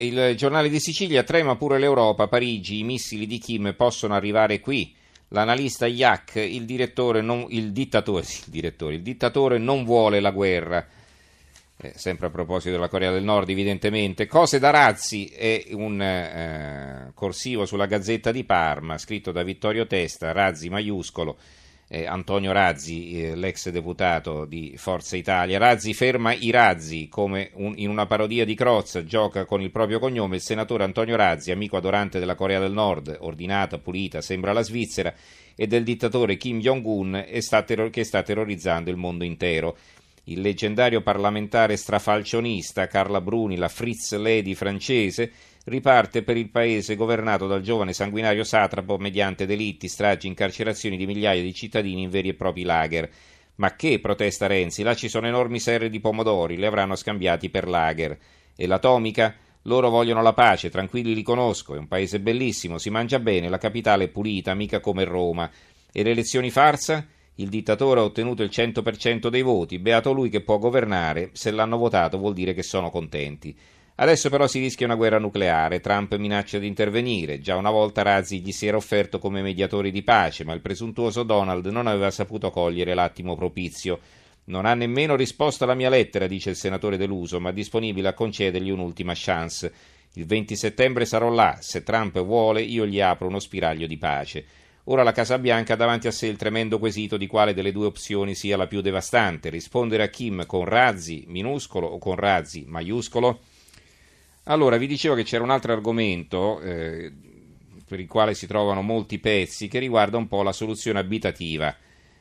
Il giornale di Sicilia: trema pure l'Europa, Parigi, i missili di Kim possono arrivare qui. L'analista Iac: il dittatore non vuole la guerra. Sempre a proposito della Corea del Nord, evidentemente. Cose da Razzi è un corsivo sulla Gazzetta di Parma, scritto da Vittorio Testa, Razzi maiuscolo. Antonio Razzi, l'ex deputato di Forza Italia. Razzi ferma i razzi, come in una parodia di Crozza, gioca con il proprio cognome. Il senatore Antonio Razzi, amico adorante della Corea del Nord, ordinata, pulita, sembra la Svizzera, e del dittatore Kim Jong-un che sta terrorizzando il mondo intero. Il leggendario parlamentare strafalcionista Carla Bruni, la Fritz Lady francese, riparte per il paese governato dal giovane sanguinario satrapo mediante delitti, stragi, incarcerazioni di migliaia di cittadini in veri e propri lager. Ma che, protesta Renzi, là ci sono enormi serre di pomodori, li avranno scambiati per lager. E l'atomica? Loro vogliono la pace, tranquilli li conosco, è un paese bellissimo, si mangia bene, la capitale è pulita, mica come Roma. E le elezioni farsa? Il dittatore ha ottenuto il 100% dei voti, beato lui che può governare, se l'hanno votato vuol dire che sono contenti. Adesso però si rischia una guerra nucleare, Trump minaccia di intervenire, già una volta Razzi gli si era offerto come mediatore di pace, ma il presuntuoso Donald non aveva saputo cogliere l'attimo propizio. Non ha nemmeno risposto alla mia lettera, dice il senatore deluso, ma disponibile a concedergli un'ultima chance. Il 20 settembre sarò là, se Trump vuole io gli apro uno spiraglio di pace. Ora la Casa Bianca ha davanti a sé il tremendo quesito di quale delle due opzioni sia la più devastante, rispondere a Kim con Razzi minuscolo o con Razzi maiuscolo. Allora, vi dicevo che c'era un altro argomento per il quale si trovano molti pezzi, che riguarda un po' la soluzione abitativa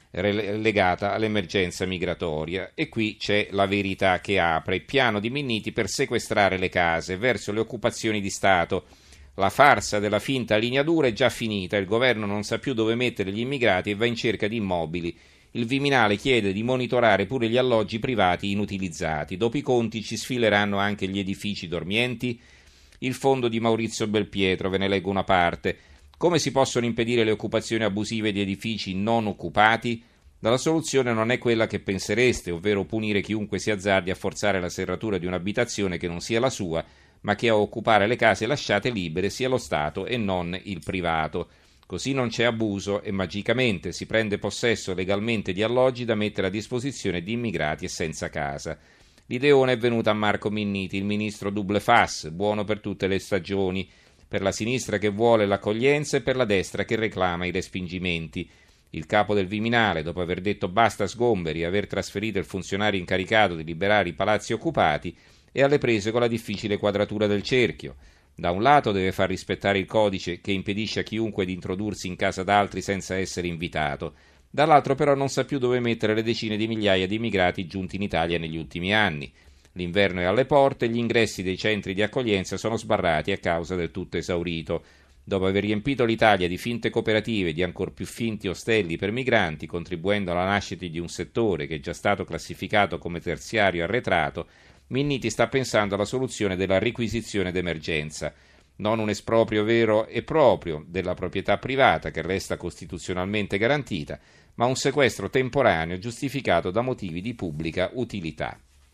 legata all'emergenza migratoria, e qui c'è La Verità che apre: il piano di Minniti per sequestrare le case verso le occupazioni di Stato. La farsa della finta linea dura è già finita, il governo non sa più dove mettere gli immigrati e va in cerca di immobili. Il Viminale chiede di monitorare pure gli alloggi privati inutilizzati. Dopo i conti ci sfileranno anche gli edifici dormienti? Il fondo di Maurizio Belpietro, ve ne leggo una parte. Come si possono impedire le occupazioni abusive di edifici non occupati? La soluzione non è quella che pensereste, ovvero punire chiunque si azzardi a forzare la serratura di un'abitazione che non sia la sua, ma che a occupare le case lasciate libere sia lo Stato e non il privato. Così non c'è abuso e magicamente si prende possesso legalmente di alloggi da mettere a disposizione di immigrati e senza casa. L'ideone è venuta a Marco Minniti, il ministro double face, buono per tutte le stagioni, per la sinistra che vuole l'accoglienza e per la destra che reclama i respingimenti. Il capo del Viminale, dopo aver detto basta sgomberi e aver trasferito il funzionario incaricato di liberare i palazzi occupati, è alle prese con la difficile quadratura del cerchio. Da un lato deve far rispettare il codice che impedisce a chiunque di introdursi in casa d'altri senza essere invitato, dall'altro però non sa più dove mettere le decine di migliaia di immigrati giunti in Italia negli ultimi anni. L'inverno è alle porte e gli ingressi dei centri di accoglienza sono sbarrati a causa del tutto esaurito. Dopo aver riempito l'Italia di finte cooperative e di ancor più finti ostelli per migranti, contribuendo alla nascita di un settore che è già stato classificato come terziario arretrato, Minniti sta pensando alla soluzione della requisizione d'emergenza, non un esproprio vero e proprio della proprietà privata che resta costituzionalmente garantita, ma un sequestro temporaneo giustificato da motivi di pubblica utilità.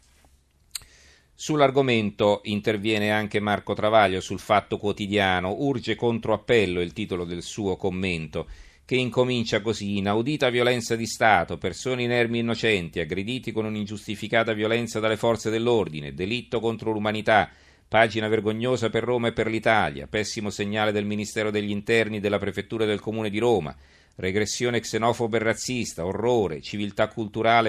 Sull'argomento interviene anche Marco Travaglio sul Fatto Quotidiano, urge controappello il titolo del suo commento, che incomincia così: inaudita violenza di Stato, persone inermi e innocenti, aggrediti con un'ingiustificata violenza dalle forze dell'ordine, delitto contro l'umanità, pagina vergognosa per Roma e per l'Italia, pessimo segnale del Ministero degli Interni e della Prefettura del Comune di Roma, regressione xenofoba e razzista, orrore, civiltà culturale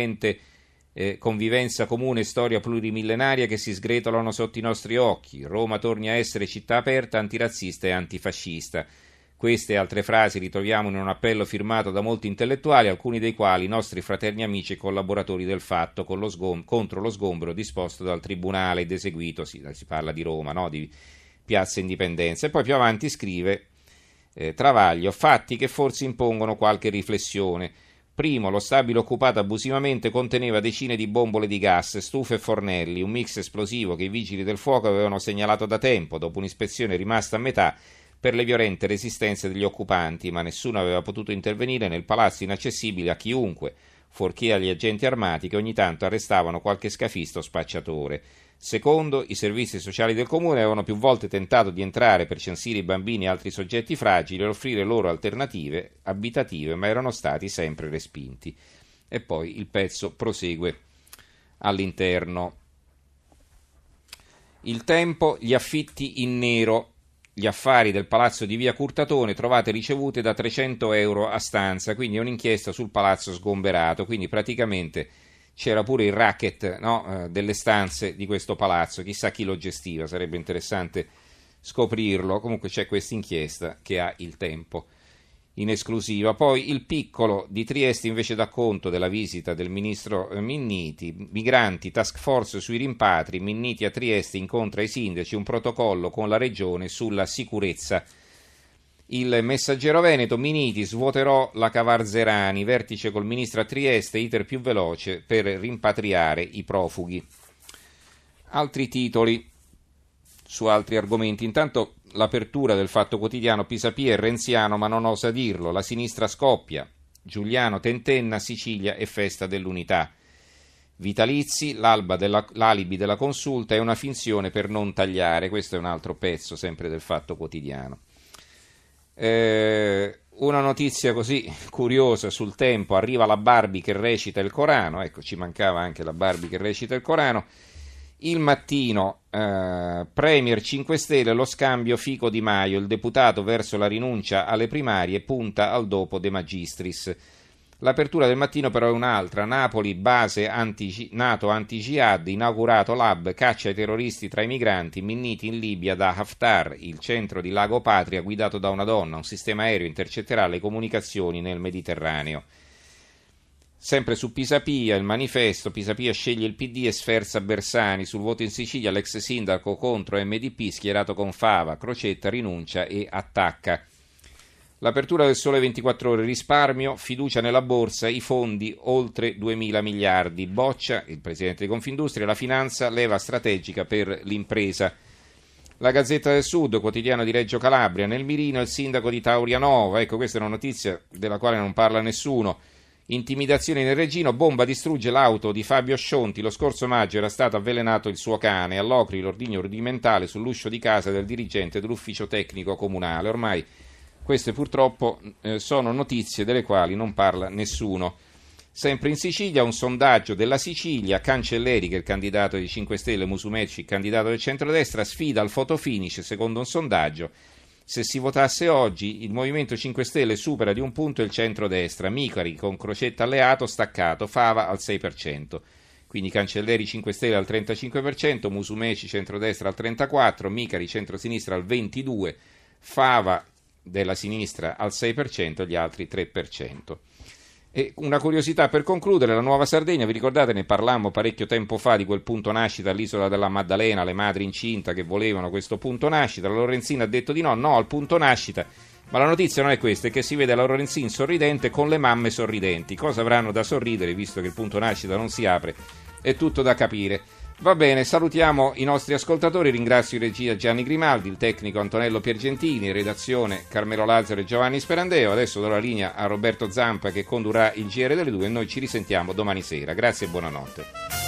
convivenza comune e storia plurimillenaria che si sgretolano sotto i nostri occhi. Roma torni a essere città aperta, antirazzista e antifascista. Queste e altre frasi ritroviamo in un appello firmato da molti intellettuali, alcuni dei quali nostri fraterni amici e collaboratori del Fatto, contro lo sgombero disposto dal Tribunale ed eseguito, si parla di Roma, no? Di Piazza Indipendenza. E poi più avanti scrive Travaglio: fatti che forse impongono qualche riflessione. Primo, lo stabile occupato abusivamente conteneva decine di bombole di gas, stufe e fornelli, un mix esplosivo che i vigili del fuoco avevano segnalato da tempo, dopo un'ispezione rimasta a metà per le violente resistenze degli occupanti, ma nessuno aveva potuto intervenire nel palazzo inaccessibile a chiunque, fuorché agli agenti armati che ogni tanto arrestavano qualche scafisto spacciatore. Secondo, i servizi sociali del comune avevano più volte tentato di entrare per censire i bambini e altri soggetti fragili e offrire loro alternative abitative, ma erano stati sempre respinti. E poi il pezzo prosegue all'interno. Il Tempo, gli affitti in nero. Gli affari del palazzo di via Curtatone trovate ricevute da 300 euro a stanza, quindi è un'inchiesta sul palazzo sgomberato, quindi praticamente c'era pure il racket, no, delle stanze di questo palazzo, chissà chi lo gestiva, sarebbe interessante scoprirlo. Comunque c'è questa inchiesta che ha il Tempo in esclusiva. Poi il Piccolo di Trieste invece dà conto della visita del ministro Minniti, migranti, task force sui rimpatri, Minniti a Trieste incontra i sindaci, un protocollo con la regione sulla sicurezza. Il Messaggero Veneto, Minniti, svuoterò la Cavarzerani, vertice col ministro a Trieste, iter più veloce per rimpatriare i profughi. Altri titoli su altri argomenti. Intanto l'apertura del Fatto Quotidiano, Pisapia è renziano ma non osa dirlo, la sinistra scoppia, Giuliano tentenna, Sicilia è festa dell'unità. Vitalizi, l'alibi della consulta è una finzione per non tagliare, questo è un altro pezzo sempre del Fatto Quotidiano. Una notizia così curiosa sul Tempo, arriva la Barbie che recita il Corano, ecco ci mancava anche la Barbie che recita il Corano. Il Mattino, Premier 5 Stelle, lo scambio Fico Di Maio, il deputato verso la rinuncia alle primarie punta al dopo De Magistris. L'apertura del Mattino però è un'altra, Napoli, base NATO anti-jihad, inaugurato l'hub, caccia ai terroristi tra i migranti, Minniti in Libia da Haftar, il centro di Lago Patria guidato da una donna, un sistema aereo intercetterà le comunicazioni nel Mediterraneo. Sempre su Pisapia, il manifesto, Pisapia sceglie il PD e sferza Bersani, sul voto in Sicilia l'ex sindaco contro MDP, schierato con Fava, Crocetta rinuncia e attacca. L'apertura del Sole 24 Ore, risparmio, fiducia nella borsa, i fondi oltre 2.000 miliardi, Boccia, il presidente di Confindustria, la finanza, leva strategica per l'impresa. La Gazzetta del Sud, quotidiano di Reggio Calabria, nel mirino il sindaco di Taurianova, ecco questa è una notizia della quale non parla nessuno. Intimidazioni nel Regino, bomba distrugge l'auto di Fabio Scionti, lo scorso maggio era stato avvelenato il suo cane, all'Ocri l'ordigno rudimentale sull'uscio di casa del dirigente dell'ufficio tecnico comunale. Ormai queste purtroppo sono notizie delle quali non parla nessuno. Sempre in Sicilia, un sondaggio della Sicilia, Cancelleri, che è il candidato dei 5 Stelle, Musumeci, il candidato del centrodestra, sfida al fotofinish secondo un sondaggio. Se si votasse oggi, il Movimento 5 Stelle supera di un punto il centrodestra, Micari con Crocetta alleato staccato, Fava al 6%. Quindi Cancelleri 5 Stelle al 35%, Musumeci centrodestra al 34%, Micari centrosinistra al 22%, Fava della sinistra al 6%, gli altri 3%. E una curiosità per concludere, la Nuova Sardegna, vi ricordate, ne parlammo parecchio tempo fa di quel punto nascita all'isola della Maddalena, le madri incinta che volevano questo punto nascita, la Lorenzin ha detto di no al punto nascita, ma la notizia non è questa, è che si vede la Lorenzin sorridente con le mamme sorridenti, cosa avranno da sorridere visto che il punto nascita non si apre, è tutto da capire. Va bene, salutiamo i nostri ascoltatori, ringrazio in regia Gianni Grimaldi, il tecnico Antonello Piergentini, in redazione Carmelo Lazzaro e Giovanni Sperandeo. Adesso do la linea a Roberto Zampa che condurrà il GR delle 2 e noi ci risentiamo domani sera. Grazie e buonanotte.